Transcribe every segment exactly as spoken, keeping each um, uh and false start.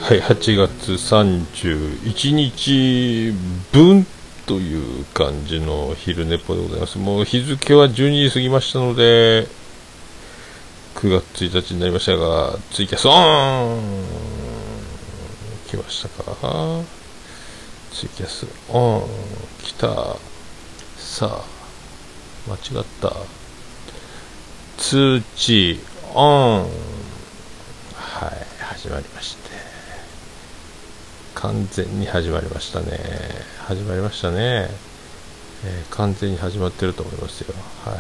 はい、はちがつさんじゅういちにちぶんという感じの昼寝ぽでございます。もう日付はじゅうにじ過ぎましたので、くがつついたちになりましたが、ツイキャスオン来ましたか。ツイキャスオン来た。さあ、間違った。通知オン。はい、始まりまして。完全に始まりましたね。始まりましたね。えー、完全に始まってると思いますよ。はい。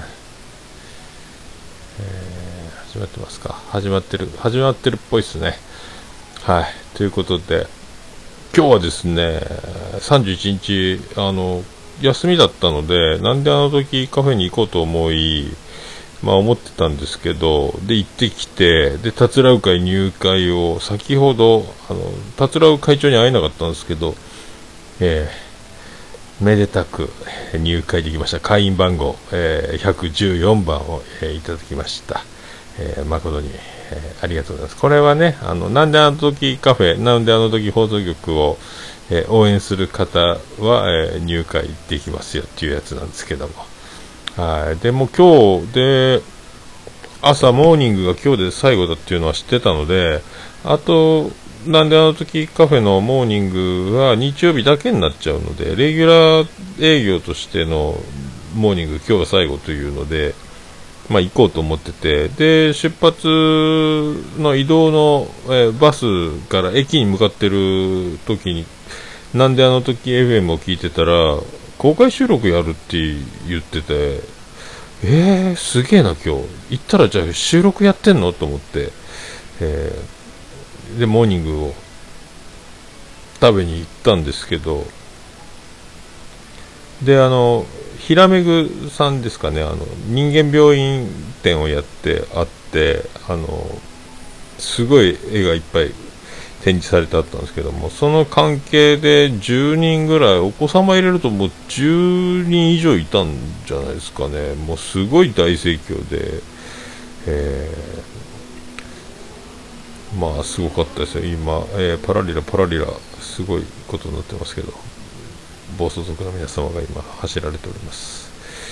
えー、始まってますか。始まってる。始まってるっぽいですね。はい。ということで、今日はですね、さんじゅういちにち、あの、休みだったので、なんであの時カフェに行こうと思い、まあ思ってたんですけど、で行ってきて、でたつらう会入会を先ほど、あのたつらう会長に会えなかったんですけど、えー、めでたく入会できました。会員番号、えー、ひゃくじゅうよんばんを、えー、いただきました。えー、誠に、えー、ありがとうございます。これはね、あのなんであの時カフェ、なんであの時放送局を、えー、応援する方は、えー、入会できますよっていうやつなんですけども。はい、でも今日で朝モーニングが今日で最後だっていうのは知ってたので、あとなんであの時カフェのモーニングは日曜日だけになっちゃうので、レギュラー営業としてのモーニング今日が最後というので、まあ行こうと思ってて、で出発の移動の、えー、バスから駅に向かってる時に、なんであの時 エフエム を聞いてたら公開収録やるって言ってて、えー、すげえな、今日行ったらじゃあ収録やってんのと思って、えー、でモーニングを食べに行ったんですけど、であのひらめぐさんですかね、あの人間病院展をやってあって、あのすごい絵がいっぱい展示されてあったんですけども、その関係でじゅうにんぐらい、お子様入れるともうじゅうにん以上いたんじゃないですかね。もうすごい大盛況で、えー、まあすごかったですよ今、えー、パラリラパラリラすごいことになってますけど、暴走族の皆様が今走られております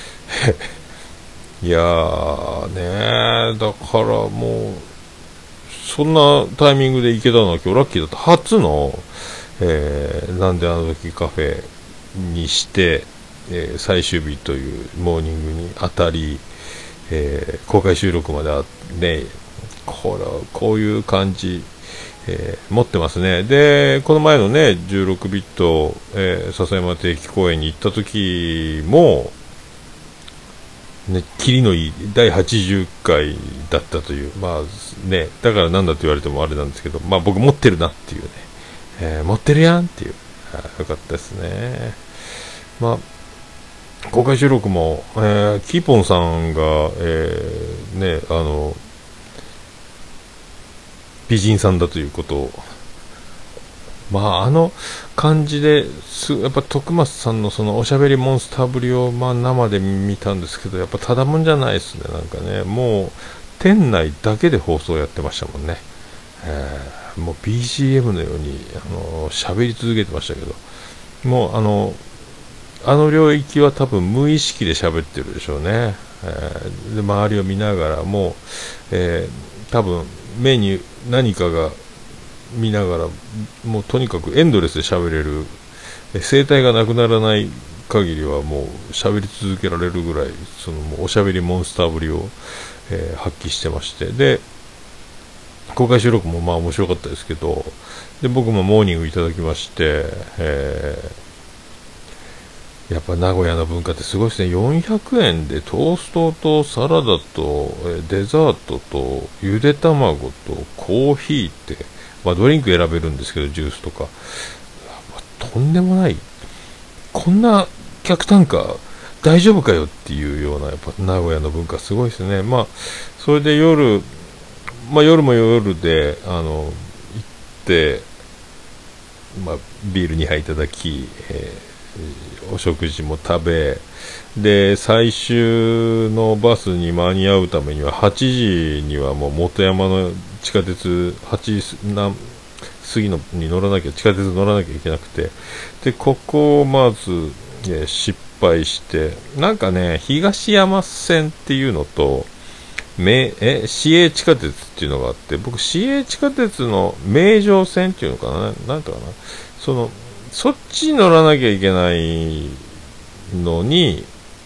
いやーねー、だからもうそんなタイミングで行けたのは今日ラッキーだった。初の、えー、なんであの時カフェにして、えー、最終日というモーニングに当たり、えー、公開収録まであって、これはこういう感じ、えー、持ってますね。でこの前のねじゅうろくビット、えー、笹山定期公演に行った時もね、キリのいいだいはちじゅっかいだったという、まあね、だからなんだと言われてもあれなんですけど、まあ僕持ってるなっていうね、えー、持ってるやんっていう、よかったですね。まあ公開収録も、えー、キーポンさんが、えー、ね、あの美人さんだということを、まああの感じですやっぱ徳松さんのそのおしゃべりモンスターぶりを、まあ、生で見たんですけど、やっぱただもんじゃないですね。なんかね、もう店内だけで放送やってましたもんね。えー、もう ビージーエム のようにあの喋り続けてましたけど、もうあのあの領域は多分無意識で喋ってるでしょうね。えー、で周りを見ながらもう、えー、多分目に何かが見ながら、もうとにかくエンドレスで喋れる、声帯がなくならない限りはもう喋り続けられるぐらい、そのもうおしゃべりモンスターぶりを、えー、発揮してまして、で公開収録もまあ面白かったですけど、で僕もモーニングいただきまして、えー、やっぱ名古屋の文化ってすごいですね。よんひゃくえんでトーストとサラダとデザートとゆで卵とコーヒーって、まあ、ドリンク選べるんですけど、ジュースとか、まあ、とんでもない、こんな客単価大丈夫かよっていうような、やっぱ名古屋の文化すごいですね。まあそれで夜、まあ、夜も夜であの行って、まあ、ビールにはいいただき、えー、お食事も食べで、最終のバスに間に合うためにははちじにはもう元山の地下鉄はち次のに乗らなきゃ、地下鉄乗らなきゃいけなくて、でここをまず、えー、失敗して、なんかね東山線っていうのと名え市営地下鉄っていうのがあって、僕市営地下鉄の名城線っていうのかな、なんとかな、そのそっちに乗らなきゃいけないのに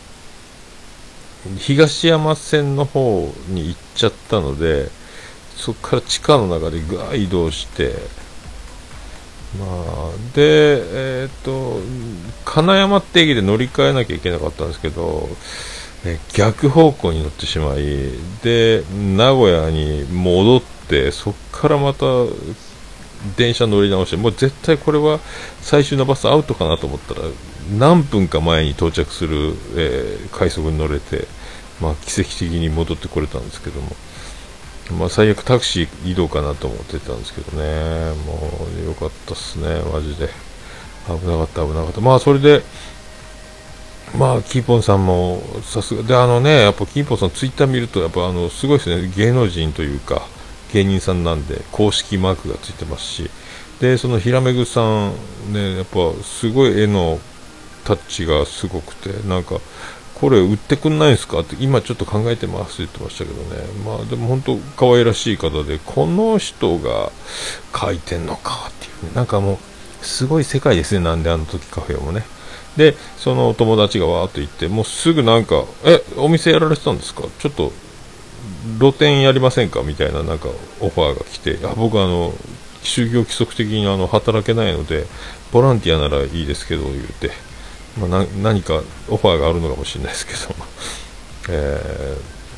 東山線の方に行っちゃったので、そこから地下の中でぐわー移動して、まあでえっ、ー、と金山って駅で乗り換えなきゃいけなかったんですけど、え逆方向に乗ってしまい、で名古屋に戻って、そこからまた電車乗り直して、もう絶対これは最終のバスアウトかなと思ったら、何分か前に到着する、えー、快速に乗れて、まあ、奇跡的に戻ってこれたんですけども、まあ、最悪タクシー移動かなと思ってたんですけどね、もうよかったっすね、マジで危なかった危なかった。まあそれでまあキーポンさんもさすがで、あのねやっぱキーポンさんツイッター見るとやっぱあのすごいですね、芸能人というか芸人さんなんで公式マークがついてますし、でそのひらめぐさんね、やっぱすごい絵のタッチがすごくて、なんかこれ売ってくんないんですかって今ちょっと考えてますって言ってましたけどね、まあでも本当可愛らしい方で、この人が描いてんのかっていうね、なんかもうすごい世界ですね。なんであの時カフェもね、でそのお友達がわーっと行って、もうすぐなんかえお店やられてたんですか、ちょっと露店やりませんかみたいななんかオファーが来て、あ僕あの就業規則的にあの働けないのでボランティアならいいですけど言うて、まあ、な何かオファーがあるのかもしれないですけど、え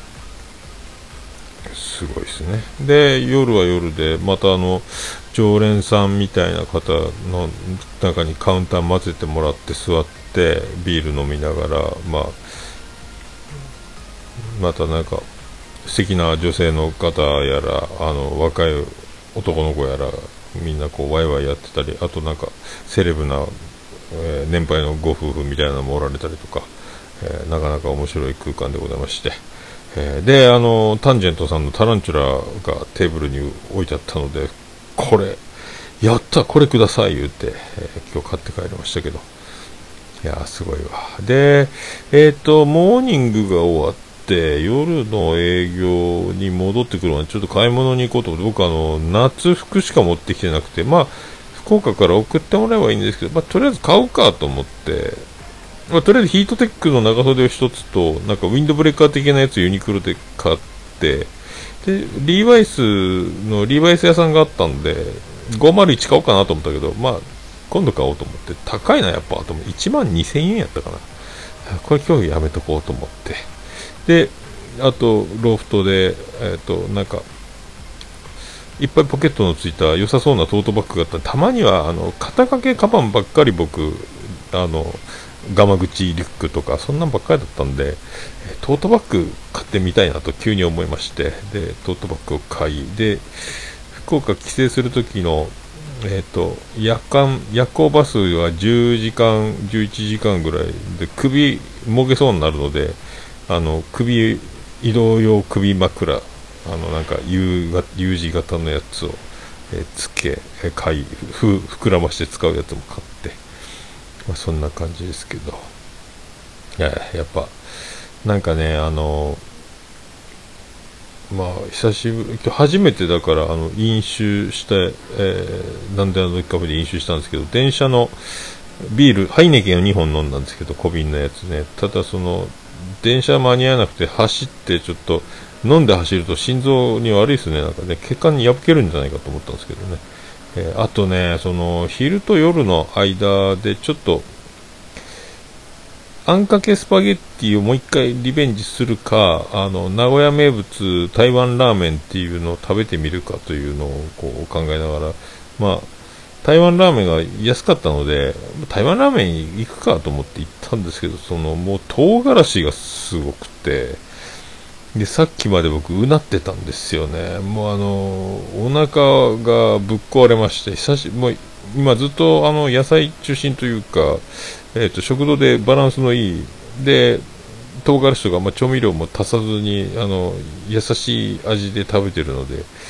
ー、すごいですね。で夜は夜でまたあの常連さんみたいな方の中にカウンター混ぜてもらって座ってビール飲みながら、まあ、またなんか素敵な女性の方やらあの若い男の子やらみんなこうワイワイやってたり、あとなんかセレブなえー、年配のご夫婦みたいなのもおられたりとか、えー、なかなか面白い空間でございまして、えー、であのタンジェントさんのタランチュラがテーブルに置いてあったので、これやったこれください言って、えー、今日買って帰りましたけど、いやーすごいわ。でえっ、ー、とモーニングが終わって夜の営業に戻ってくるのにちょっと買い物に行こうと思って、僕あの夏服しか持ってきてなくて、まあ福岡から送ってもらえばいいんですけど、まあ、とりあえず買うかと思って、まあ、とりあえずヒートテックの長袖を一つとなんかウィンドブレーカー的なやつをユニクロで買って、でリーバイスのリーバイス屋さんがあったんでごまるいち買おうかなと思ったけど、まあ今度買おうと思って、高いなやっぱと思っていちまんにせんえんやったかな、これ今日やめとこうと思って、であとロフトでえっ、ー、となんかいっぱいポケットのついた良さそうなトートバッグがあったら、たまにはあの肩掛けカバンばっかり僕あのガマ口リュックとかそんなんばっかりだったんで、トートバッグ買ってみたいなと急に思いまして、でトートバッグを買い、で福岡帰省する時のえっ、ー、と夜間夜行バスはじゅうじかんじゅういちじかんぐらいで首もげそうになるので、あの首移動用首枕、あのなんか U, U 字型のやつを、えー、つけ、えー、買いふ膨らまして使うやつも買って、まあ、そんな感じですけど、いややっぱなんかねあのまあ久しぶり今日初めてだからあの飲酒して、えー、なんであのカフェで飲酒したんですけど、電車のビールハイネケンをにほん飲んだんですけど小瓶のやつね、ただその電車間に合わなくて走ってちょっと飲んで走ると心臓に悪いですね、なんかね血管に破けるんじゃないかと思ったんですけどね、えー、あとねその昼と夜の間でちょっとあんかけスパゲッティをもう一回リベンジするか、あの名古屋名物台湾ラーメンっていうのを食べてみるかというのをこう考えながら、まあ台湾ラーメンが安かったので台湾ラーメン行くかと思って行ったんですけど、そのもう唐辛子がすごくて、でさっきまで僕うなってたんですよね。もうあのお腹がぶっ壊れまして、久しもう今ずっとあの野菜中心というか、えー、と食堂でバランスのいいで唐辛子とか、まあ、調味料も足さずにあの優しい味で食べてるので、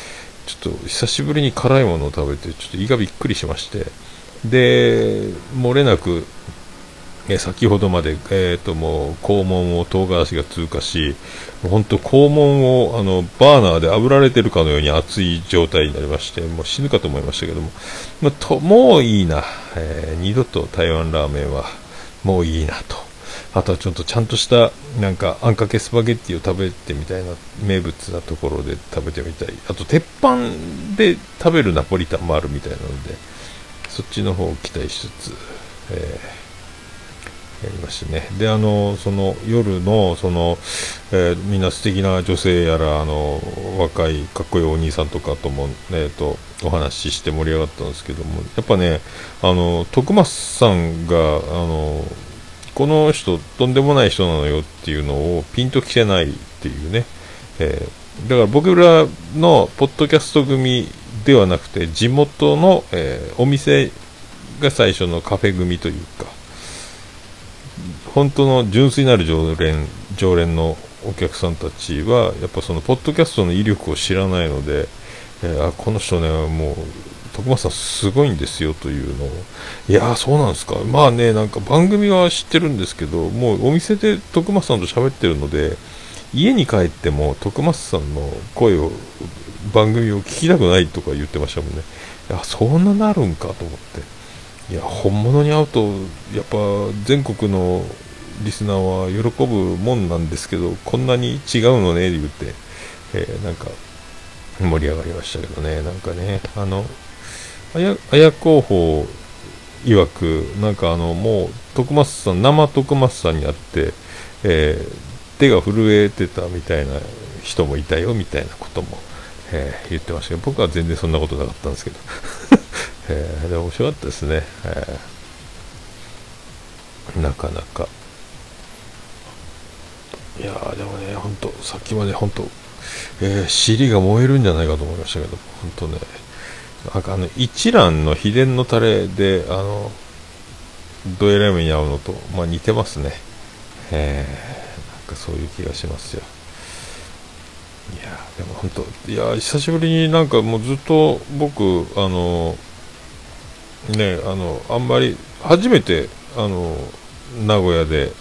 ちょっと久しぶりに辛いものを食べてちょっと胃がびっくりしまして、で漏れなくえ先ほどまで、えー、ともう肛門を唐辛子が通過し、本当肛門をあのバーナーで炙られてるかのように熱い状態になりまして、もう死ぬかと思いましたけども、まあ、ともういいな、えー、二度と台湾ラーメンはもういいなと。あとはちょっとちゃんとしたなんかあんかけスパゲッティを食べてみたいな、名物なところで食べてみたい。あと鉄板で食べるナポリタンもあるみたいなので、そっちの方を期待しつつ、えーやりましてね。で、あのその夜のその、えー、みんな素敵な女性やら、あの若いかっこいいお兄さんとかとも、えー、とお話しして盛り上がったんですけども、やっぱね、あの徳松さんがあのこの人とんでもない人なのよっていうのをピンときてないっていうね、えー、だから僕らのポッドキャスト組ではなくて地元の、えー、お店が最初のカフェ組というか、本当の純粋なる常連常連のお客さんたちはやっぱそのポッドキャストの威力を知らないので、えー、あこの人ねもう徳松さんすごいんですよというのを、いやーそうなんですか、まあね、なんか番組は知ってるんですけど、もうお店で徳松さんと喋ってるので、家に帰っても徳松さんの声を番組を聞きたくないとか言ってましたもんね。いやそんななるんかと思って、いや本物に会うとやっぱ全国のリスナーは喜ぶもんなんですけど、こんなに違うのねって言って、えー、なんか盛り上がりましたけどね。なんかね、あのあや広報曰くなんかあのもう徳松さん生徳松さんに会って、えー、手が震えてたみたいな人もいたよみたいなことも、えー、言ってましたけど、僕は全然そんなことなかったんですけどえー、でも面白かったですね、えー、なかなか。いやーでもね、本当さっきまで本当、えー、尻が燃えるんじゃないかと思いましたけど、本当ね、なんかあの一蘭の秘伝のタレであのドエラーメンに合うのと、まあ、似てますね、えー、なんかそういう気がしますよ。いやーでも本当、いやー久しぶりになんかもうずっと僕あのね、あのあんまり初めてあの名古屋で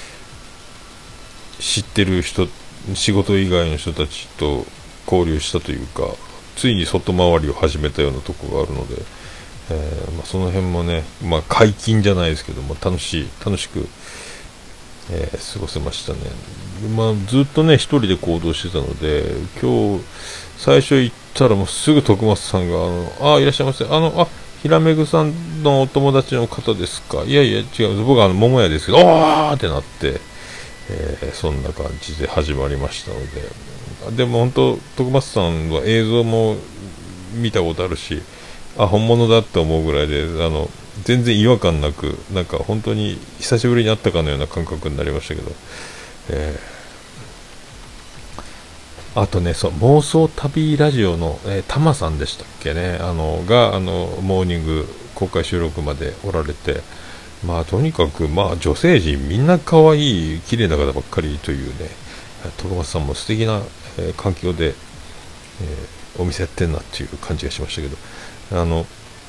知ってる人、仕事以外の人たちと交流したというか、ついに外回りを始めたようなところがあるので、えーまあ、その辺もね、まあ、解禁じゃないですけども楽しい楽しく、えー、過ごせましたね。まあ、ずっとね一人で行動してたので、今日最初行ったらもうすぐ徳松さんがあのあいらっしゃいませ、あのあひらめぐさんのお友達の方ですか、いやいや違う、僕はあの桃屋ですけど、おーってなって、えー、そんな感じで始まりましたので、でも本当徳松さんは映像も見たことあるし、あ本物だって思うぐらいで、あの全然違和感なく、なんか本当に久しぶりに会ったかのような感覚になりましたけど、えー、あとね、そう妄想旅ラジオの、えー、タマさんでしたっけね、あのがあのモーニング公開収録までおられて、まあとにかくまあ女性陣みんな可愛い綺麗な方ばっかりというね、徳松さんも素敵な、えー、環境で、えー、お店やってんなっていう感じがしましたけど、あの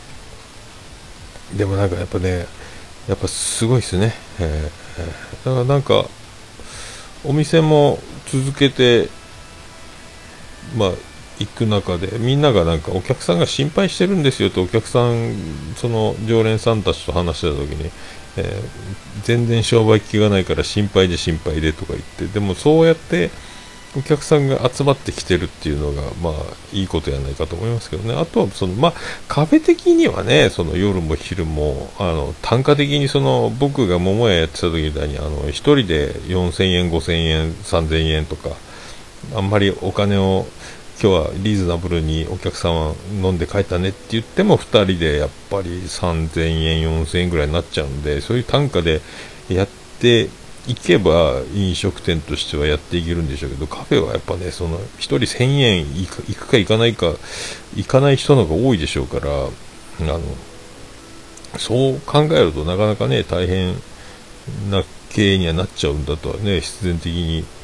でもなんかやっぱね、やっぱすごいですね、えーえー、だからなんかお店も続けてまあ行く中で、みんながなんかお客さんが心配してるんですよと、お客さんその常連さんたちと話してた時に、えー、全然商売気がないから心配で心配でとか言って、でもそうやってお客さんが集まってきてるっていうのがまあいいことやないかと思いますけどね。あとはそのまあカフェ的にはね、その夜も昼もあの単価的にその僕が桃屋やってた時みたいにあの一人でよんせんえんごせんえんさんぜんえんとか、あんまりお金を今日はリーズナブルにお客様飲んで帰ったねって言ってもふたりでやっぱりさんぜんえんよんせんえんぐらいになっちゃうんで、そういう単価でやっていけば飲食店としてはやっていけるんでしょうけど、カフェはやっぱね、そのひとりせんえんいく、いくかいかないかいかない人の方が多いでしょうから、あのそう考えるとなかなかね大変な経営にはなっちゃうんだとはね、必然的に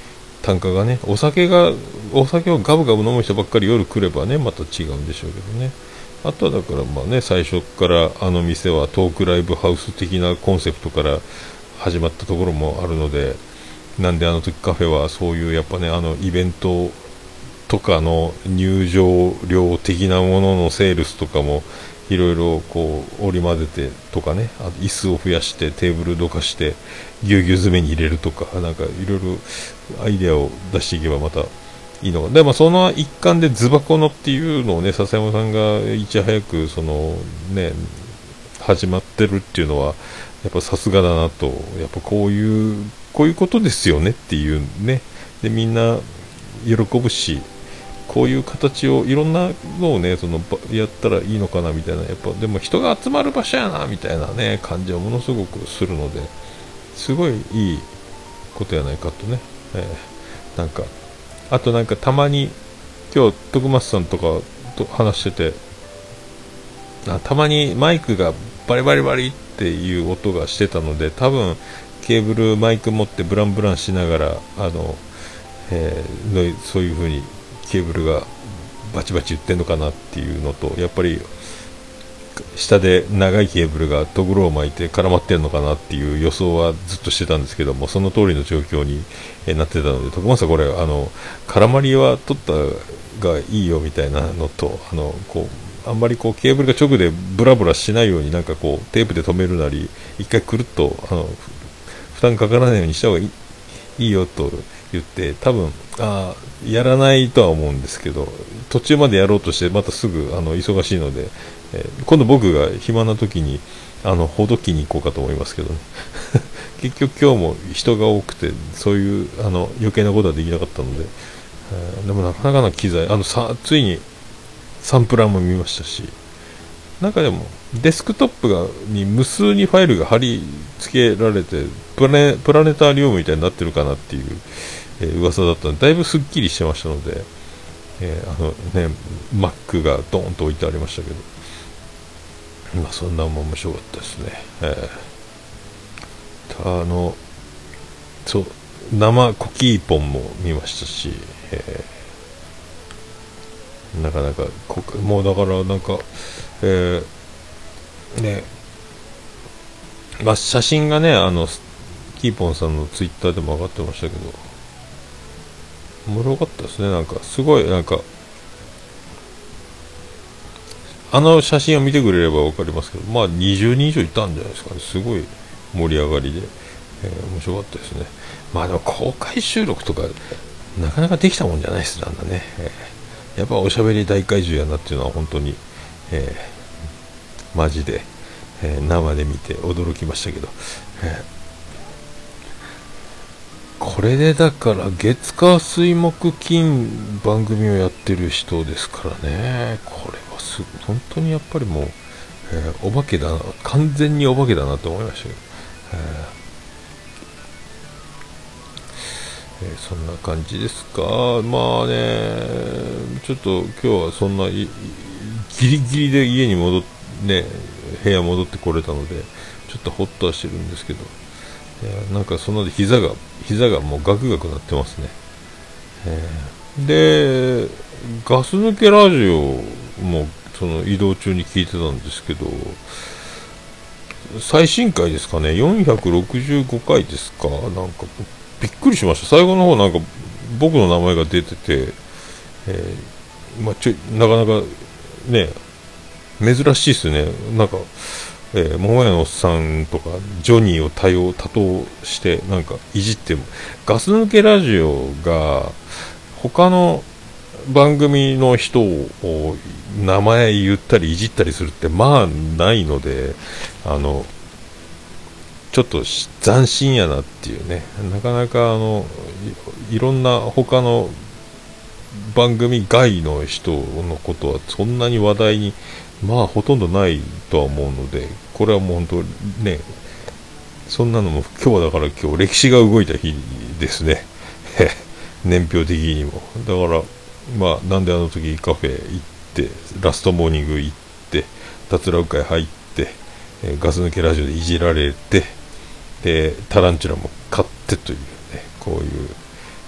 単価がね、お酒がお酒をガブガブ飲む人ばっかり夜来ればねまた違うんでしょうけどね。あとはだからまあね、最初からあの店はトークライブハウス的なコンセプトから始まったところもあるので、なんであの時カフェはそういうやっぱね、あのイベントとかの入場料的なもののセールスとかもいろいろこう織り交ぜてとかね、あと椅子を増やしてテーブルどかしてぎゅうぎゅう詰めに入れるとか、なんかいろいろアイデアを出していけばまたいいのか。で、まあ、その一環でズバコのっていうのをね、笹山さんがいち早くそのね始まってるっていうのはやっぱさすがだなと。やっぱこういうこういうことですよねっていうね。でみんな喜ぶし、こういう形をいろんなのをねそのやったらいいのかなみたいな、やっぱでも人が集まる場所やなみたいなね感じをものすごくするので、すごいいいことやないかとね、えー、なんかあとなんかたまに今日徳松さんとかと話してて、あたまにマイクがバリバリバリっていう音がしてたので、多分ケーブルマイク持ってブランブランしながらあの、えー、のそういう風にケーブルがバチバチ言ってんのかなっていうのと、やっぱり下で長いケーブルがトグロを巻いて絡まってんのかなっていう予想はずっとしてたんですけども、その通りの状況になってたので、徳松さんこれあの絡まりは取ったがいいよみたいなのと、あのこうあんまりこうケーブルが直でブラブラしないようになんかこうテープで留めるなり一回くるっとあの負担かからないようにした方がいい、いいよと言って、多分あやらないとは思うんですけど、途中までやろうとしてまたすぐあの忙しいので、えー、今度僕が暇な時にあのほどきに行こうかと思いますけどね結局今日も人が多くてそういうあの余計なことはできなかったので、えー、でもなかなかな機材、あのさついにサンプラーも見ましたし、なんかでもデスクトップがに無数にファイルが貼り付けられてプラネ、プラネタリウムみたいになってるかなっていう、えー、噂だったので、だいぶすっきりしてましたので、えー、あのね Mac がドーンと置いてありましたけど、まあそんなも面白かったですね。えー、あのそう生コキーポンも見ましたし、えー、なかなかこもうだからなんか、えー、ねまあ写真がねあのキーポンさんのツイッターでも上がってましたけど、おもろかったですね。なんかすごいなんかあの写真を見てくれれば分かりますけど、まあにじゅうにん以上いたんじゃないですかね。すごい盛り上がりで、えー、面白かったですね。まあでも公開収録とかなかなかできたもんじゃないですなんだね、えー、やっぱおしゃべり大怪獣やなっていうのは本当に、えー、マジで、えー、生で見て驚きましたけど、えーこれでだから月火水木金番組をやってる人ですからね。これはす本当にやっぱりもう、えー、お化けだな、完全にお化けだなと思いましたけど、えーえー、そんな感じですか。まあねちょっと今日はそんなギリギリで家に戻ってね部屋戻ってこれたのでちょっとホッとはしてるんですけど、なんかその膝が膝がもうガクガクなってますね、えー、でガス抜けラジオもその移動中に聞いてたんですけど、最新回ですかね、よんひゃくろくじゅうごかいですか。なんかびっくりしました。最後の方なんか僕の名前が出てて、えーまあ、ちょなかなかね珍しいですね。なんかえー、桃屋のおっさんとかジョニーを多用多答してなんかいじっても、ガス抜けラジオが他の番組の人を名前言ったりいじったりするってまあないので、あのちょっと斬新やなっていうね、なかなかあの い, いろんな他の番組外の人のことはそんなに話題にまあほとんどないとは思うので、これはもう本当ね、そんなのも今日はだから今日歴史が動いた日ですね年表的にも。だからまあなんであの時カフェ行ってラストモーニング行って脱落会入って、えー、ガス抜けラジオでいじられて、でタランチュラも買ってというね、こういう、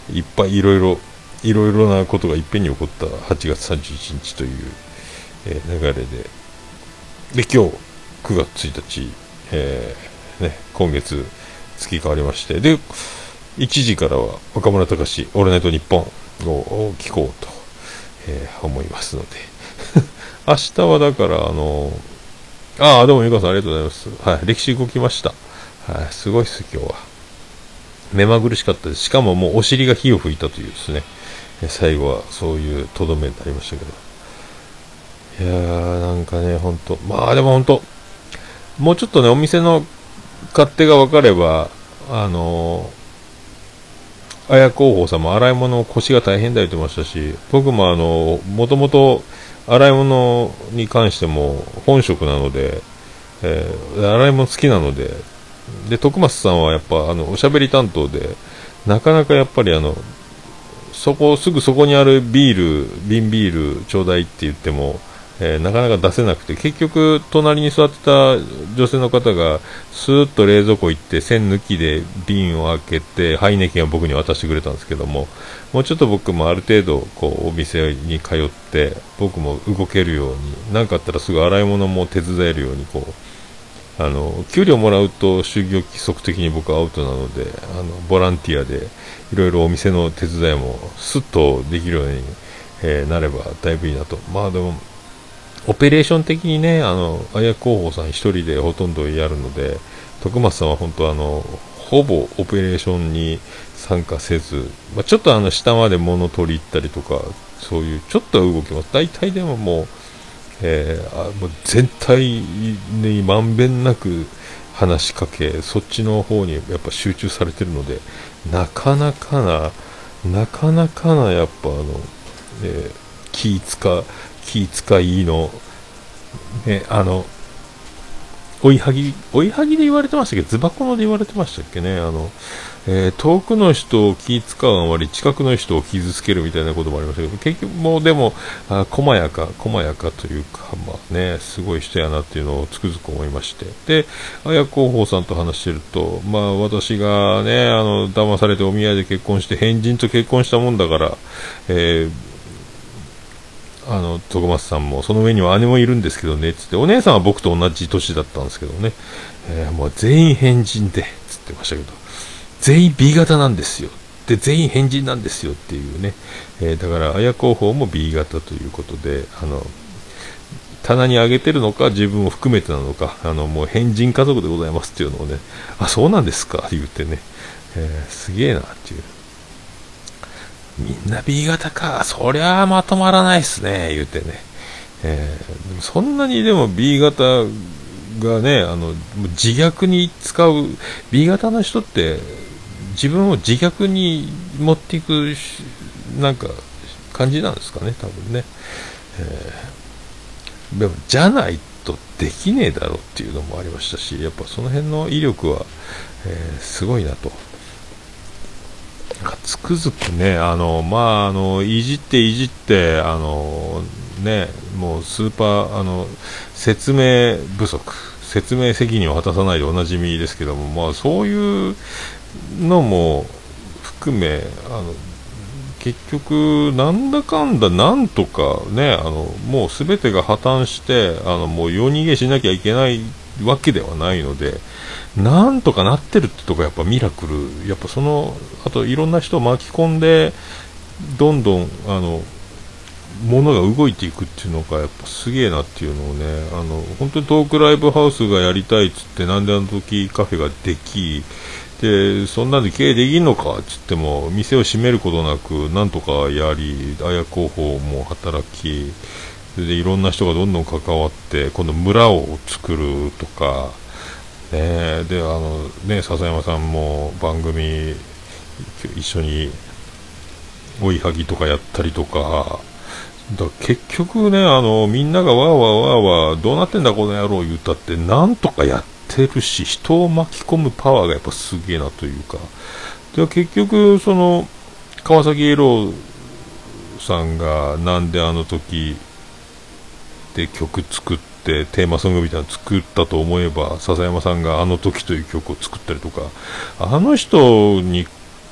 いっぱいいろいろいろいろなことがいっぺんに起こったはちがつさんじゅういちにちという、えー、流れでで今日くがつついたち、えーね、今月月変わりまして、でいちじからは岡村隆史オールナイトニッポンを聞こうと、えー、思いますので明日はだからあのああどうもゆかさんありがとうございます。はい、歴史動きました。はい、すごいです今日は。目まぐるしかったです。しかももうお尻が火を吹いたというですね、最後はそういうとどめになりましたけど、いやーなんかね本当まあでも本当もうちょっとねお店の勝手が分かればあのー、綾候補さんも洗い物腰が大変だ言ってましたし、僕もあのもともと洗い物に関しても本職なので、えー、洗い物好きなので、で徳松さんはやっぱあのおしゃべり担当でなかなかやっぱりあのそこすぐそこにあるビール瓶ビールちょうだいって言っても、えー、なかなか出せなくて、結局隣に座ってた女性の方がスーッと冷蔵庫行って栓抜きで瓶を開けてハイネケンを僕に渡してくれたんですけども、もうちょっと僕もある程度こうお店に通って僕も動けるように、何かあったらすぐ洗い物も手伝えるようにこうあの給料もらうと就業規則的に僕はアウトなので、あのボランティアでいろいろお店の手伝いもスッとできるように、えー、なればだいぶいいなと。まあでもオペレーション的にね、あの綾候補さん一人でほとんどやるので、徳松さんは本当あのほぼオペレーションに参加せず、まあ、ちょっとあの下まで物取り行ったりとかそういうちょっとは動きます。大体でももうえー、あもう全体にまんべんなく話しかけ、そっちの方にやっぱ集中されてるので、なかなかななかなかなやっぱあの、えー、気使気使いのね、あの追いはぎ追いはぎで言われてましたけど、ズバコので言われてましたっけね、あの、えー、遠くの人を気使うあまり近くの人を傷つけるみたいなこともありましたけど、結局もうでもあ細やか細やかというか、まあね、すごい人やなっていうのをつくづく思いまして、で綾候補さんと話してると、まあ私がねあの騙されてお見合いで結婚して変人と結婚したもんだから、えーあの徳松さんもその上には姉もいるんですけどねつって、お姉さんは僕と同じ年だったんですけどね、えー、もう全員変人でつってましたけど、全員 ビー 型なんですよで全員変人なんですよっていうね、えー、だから綾候補も ビー 型ということで、あの棚に上げてるのか自分を含めてなのか、あのもう変人家族でございますっていうのをね、あそうなんですか言ってね、えー、すげえなっていう、みんな ビー 型か、そりゃまとまらないっすね言うてね、えー、でもそんなにでも ビー 型がね、あの自虐に使う ビー 型の人って自分を自虐に持っていくなんか感じなんですかね多分ね、えー、でもじゃないとできねえだろうっていうのもありましたし、やっぱその辺の威力は、えー、すごいなと。つくづくね、あのまああのいじっていじってあのね、もうスーパーあの説明不足、説明責任を果たさないでおなじみですけども、まあそういうのも含めあの結局なんだかんだなんとかね、あのもうすべてが破綻してあのもう夜逃げしなきゃいけないわけではないので、なんとかなってるってとこやっぱミラクル、やっぱそのあといろんな人を巻き込んでどんどんあの物が動いていくっていうのがやっぱすげえなっていうのをね、あの本当にトークライブハウスがやりたいっつってなんであの時カフェができで、そんなんで経営できんのかっつっても店を閉めることなくなんとかやり、綾候補も働きでいろんな人がどんどん関わって今度村を作るとかね、であのね笹山さんも番組一緒に追いはぎとかやったりとか、だ結局ねあのみんながわーわーわーわーどうなってんだこの野郎言うたってなんとかやってるし、人を巻き込むパワーがやっぱすげえなというか、で結局その川崎エロさんがなんであの時で曲作ってテーマソングみたいなの作ったと思えば、笹山さんがあの時という曲を作ったりとか、あの人に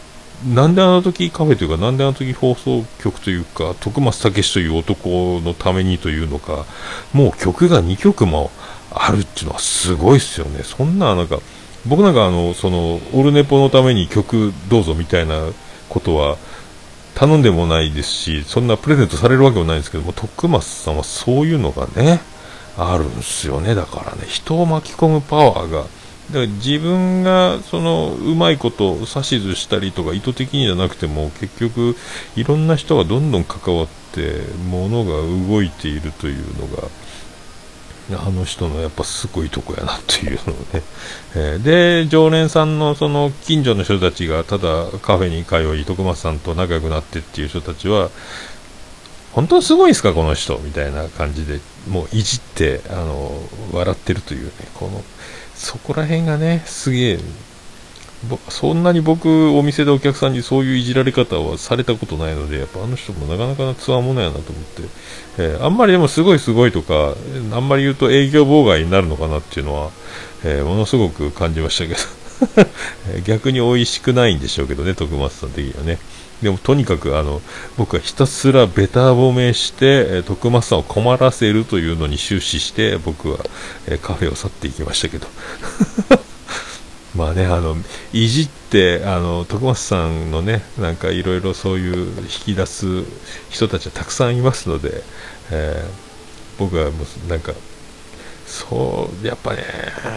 なんであの時カフェというか、なんであの時放送局というか、徳松武史という男のためにというのか、もう曲がにきょくもあるっていうのはすごいですよね。そんな、なんか、僕なんかあの、その、オルネポのために曲どうぞみたいなことは頼んでもないですし、そんなプレゼントされるわけもないんですけども、徳松さんはそういうのがね、あるんですよね。だからね、人を巻き込むパワーが、だから自分がそのうまいこと指図したりとか意図的にじゃなくても、結局いろんな人がどんどん関わって物が動いているというのがあの人のやっぱすごいとこやなというのをね、えー、で常連さんのその近所の人たちがただカフェに通い徳松さんと仲良くなってっていう人たちは、本当にすごいですかこの人みたいな感じでもういじってあの笑ってるというね、このそこら辺がねすげえ、そんなに僕お店でお客さんにそういういじられ方はされたことないので、やっぱあの人もなかなかなつわものやなと思って、えー、あんまりでもすごいすごいとかあんまり言うと営業妨害になるのかなっていうのは、えー、ものすごく感じましたけど逆に美味しくないんでしょうけどね、徳松さん的にはね。でもとにかくあの僕はひたすらベタ褒めして、えー、徳松さんを困らせるというのに終始して僕は、えー、カフェを去っていきましたけどまあね、あのいじってあの徳松さんのねなんかいろいろそういう引き出す人たちはたくさんいますので、えー、僕はもうなんかそうやっぱね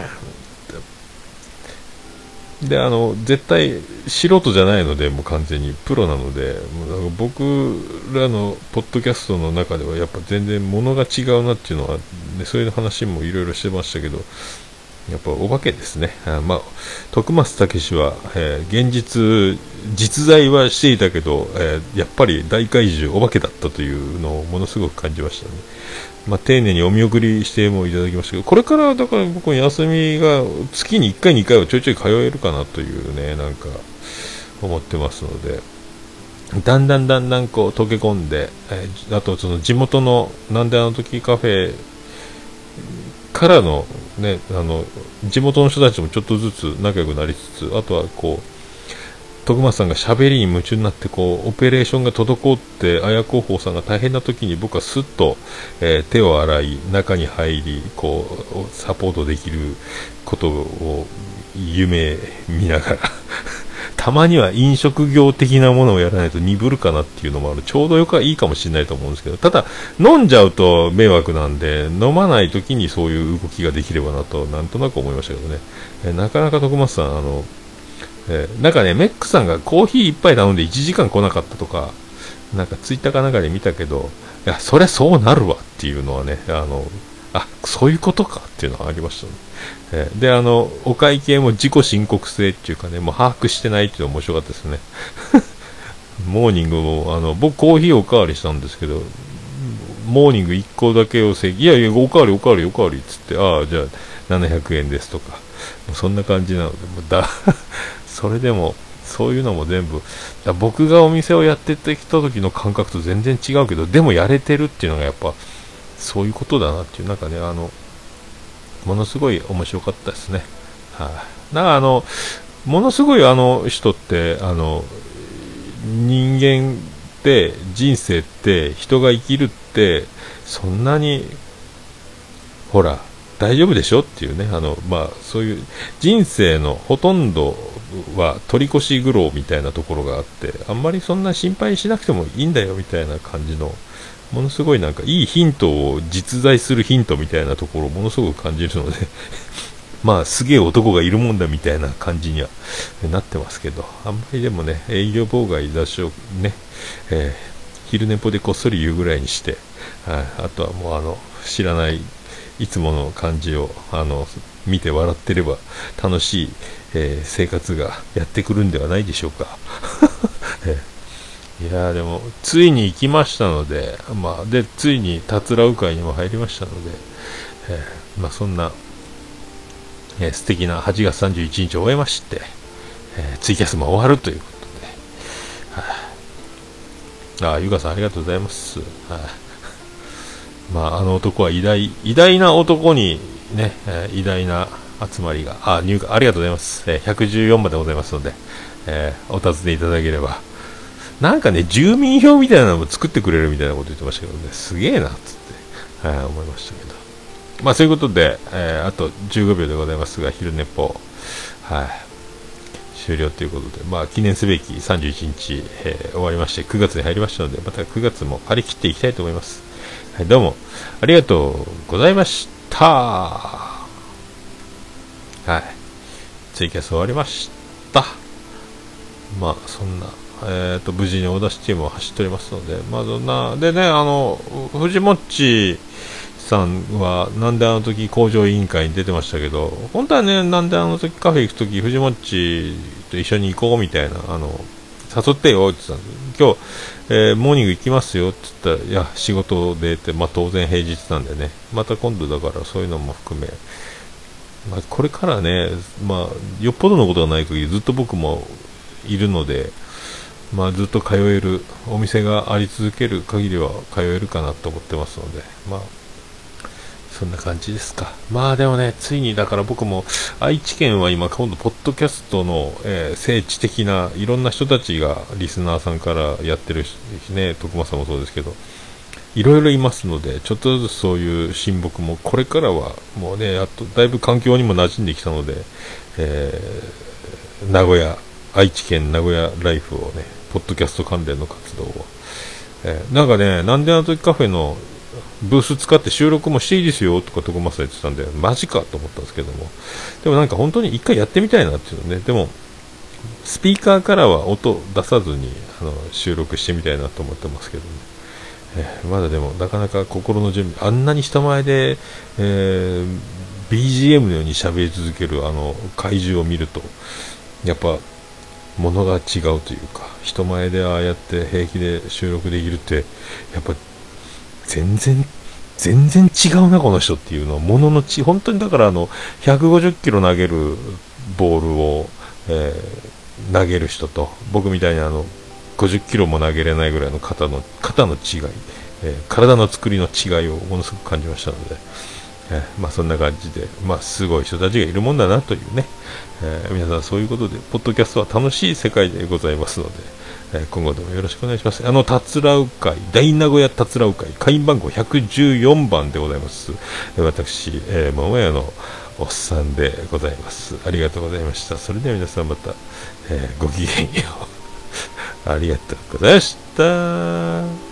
であの絶対素人じゃないのでもう完全にプロなので、もうなんか僕らのポッドキャストの中ではやっぱ全然物が違うなっていうのは、ね、そういう話もいろいろしてましたけど、やっぱお化けですね。あ、まあ、徳松武史は、えー、現実実在はしていたけど、えー、やっぱり大怪獣お化けだったというのをものすごく感じましたね。まあ、丁寧にお見送りしてもいただきましたけど、これからだから僕の休みが月にいっかいにかいはちょいちょい通えるかなというね、なんか思ってますので、だんだんだんだんこう溶け込んで、えー、あとその地元のなんであの時カフェからのね、あの地元の人たちもちょっとずつ仲良くなりつつ、あとはこう徳松さんが喋りに夢中になってこうオペレーションが滞って綾広報さんが大変な時に僕はスッと、えー、手を洗い中に入りこうサポートできることを夢見ながらたまには飲食業的なものをやらないと鈍るかなっていうのもある。ちょうどよくはいいかもしれないと思うんですけど、ただ飲んじゃうと迷惑なんで飲まない時にそういう動きができればなとなんとなく思いましたけどね。えー、なかなか徳松さんあのえー、なんかねメックさんがコーヒーいっぱい頼んでいちじかん来なかったとかなんかツイッターかなんかで見たけど、いやそりゃそうなるわっていうのはね、あのあそういうことかっていうのはありましたね。えー、であのお会計も自己申告制っていうかね、もう把握してないっていうのが面白かったですねモーニングもあの僕コーヒーおかわりしたんですけど、モーニングいっこだけを請求、いやいやおかわりおかわりおかわりっつって、ああじゃあななひゃくえんですとか、もうそんな感じなのでもうだそれでもそういうのも全部だ僕がお店をやってきた時の感覚と全然違うけど、でもやれてるっていうのがやっぱそういうことだなっていう、なんかねあのものすごい面白かったですね。はい、あ、なんかあのものすごいあの人ってあの人間って人生って人が生きるってそんなにほら大丈夫でしょっていうね、あのまあそういう人生のほとんどは取り越し苦労みたいなところがあって、あんまりそんな心配しなくてもいいんだよみたいな感じのものすごいなんかいいヒントを実在するヒントみたいなところをものすごく感じるのでまあすげえ男がいるもんだみたいな感じにはなってますけど、あんまりでもね営業妨害雑誌をね、えー、昼寝ぽでこっそり言うぐらいにして、あ, あとはもうあの知らないいつもの感じをあの見て笑ってれば楽しい、えー、生活がやってくるんではないでしょうか、えー、いやでもついに行きましたので、まあ、でついにたつらう会にも入りましたので、えーまあ、そんな、えー、素敵なはちがつさんじゅういちにちを終えまして、えー、ツイキャスも終わるということで、はあ、あゆかさんありがとうございます。はあまあ、あの男は偉大偉大な男にね、えー、偉大な集まりが、あ、入会、ありがとうございます。えー、ひゃくじゅうよんばんでございますので、えー、お尋ねいただければ。なんかね、住民票みたいなのも作ってくれるみたいなこと言ってましたけどね、すげえな、つって、はい、思いましたけど。まあ、そういうことで、えー、あとじゅうごびょうでございますが、昼寝ぽ、はい、終了ということで、まあ、記念すべきさんじゅういちにち、えー、終わりまして、くがつに入りましたので、またくがつも張り切っていきたいと思います。はい、どうもありがとうございました。はい、ツイキャス終わりました。まあそんな、えーと無事にオーダーシティも走っておりますので、まあそんなでね、あの藤もっちさんはなんであの時工場委員会に出てましたけど、本当はね、なんであの時カフェ行く時藤もっちと一緒に行こうみたいな、あの誘ってよって言ってたんで、今日、えー、モーニング行きますよって言ったら、いや仕事でって、まあ、当然平日なんでね、また今度だからそういうのも含め、まあ、これからね、まあ、よっぽどのことがない限りずっと僕もいるので、まあ、ずっと通えるお店があり続ける限りは通えるかなと思ってますので、まあそんな感じですか。まあでもね、ついにだから僕も愛知県は今今度ポッドキャストの、えー、聖地的ないろんな人たちがリスナーさんからやってるね、徳間さんもそうですけど、いろいろいますので、ちょっとずつそういう親睦もこれからはもうね、あとだいぶ環境にも馴染んできたので、えー、名古屋愛知県名古屋ライフをね、ポッドキャスト関連の活動を、えー、なんかね、なんであの時カフェのブース使って収録もしていいですよとか徳間さん言ってたんで、マジかと思ったんですけども、でもなんか本当に一回やってみたいなっていうのね。でもスピーカーからは音出さずにあの収録してみたいなと思ってますけどね、えー、まだでもなかなか心の準備、あんなに人前で、えー、ビージーエム のように喋り続けるあの怪獣を見るとやっぱ物が違うというか、人前でああやって平気で収録できるってやっぱ全然全然違うなこの人っていうのは、もののち本当にだからあのひゃくごじゅっキロ投げるボールを、えー、投げる人と僕みたいにあのごじゅっキロも投げれないぐらいの肩の肩の違い、えー、体の作りの違いをものすごく感じましたので、えー、まあそんな感じで、まあすごい人たちがいるもんだなというね、えー、皆さんそういうことでポッドキャストは楽しい世界でございますので、今後ともよろしくお願いします。あの、たつらう会、大名古屋たつらう会、会員番号ひゃくじゅうよんばんでございます。私、えー、桃屋のおっさんでございます。ありがとうございました。それでは皆さんまた、えー、ごきげんよう。ありがとうございました。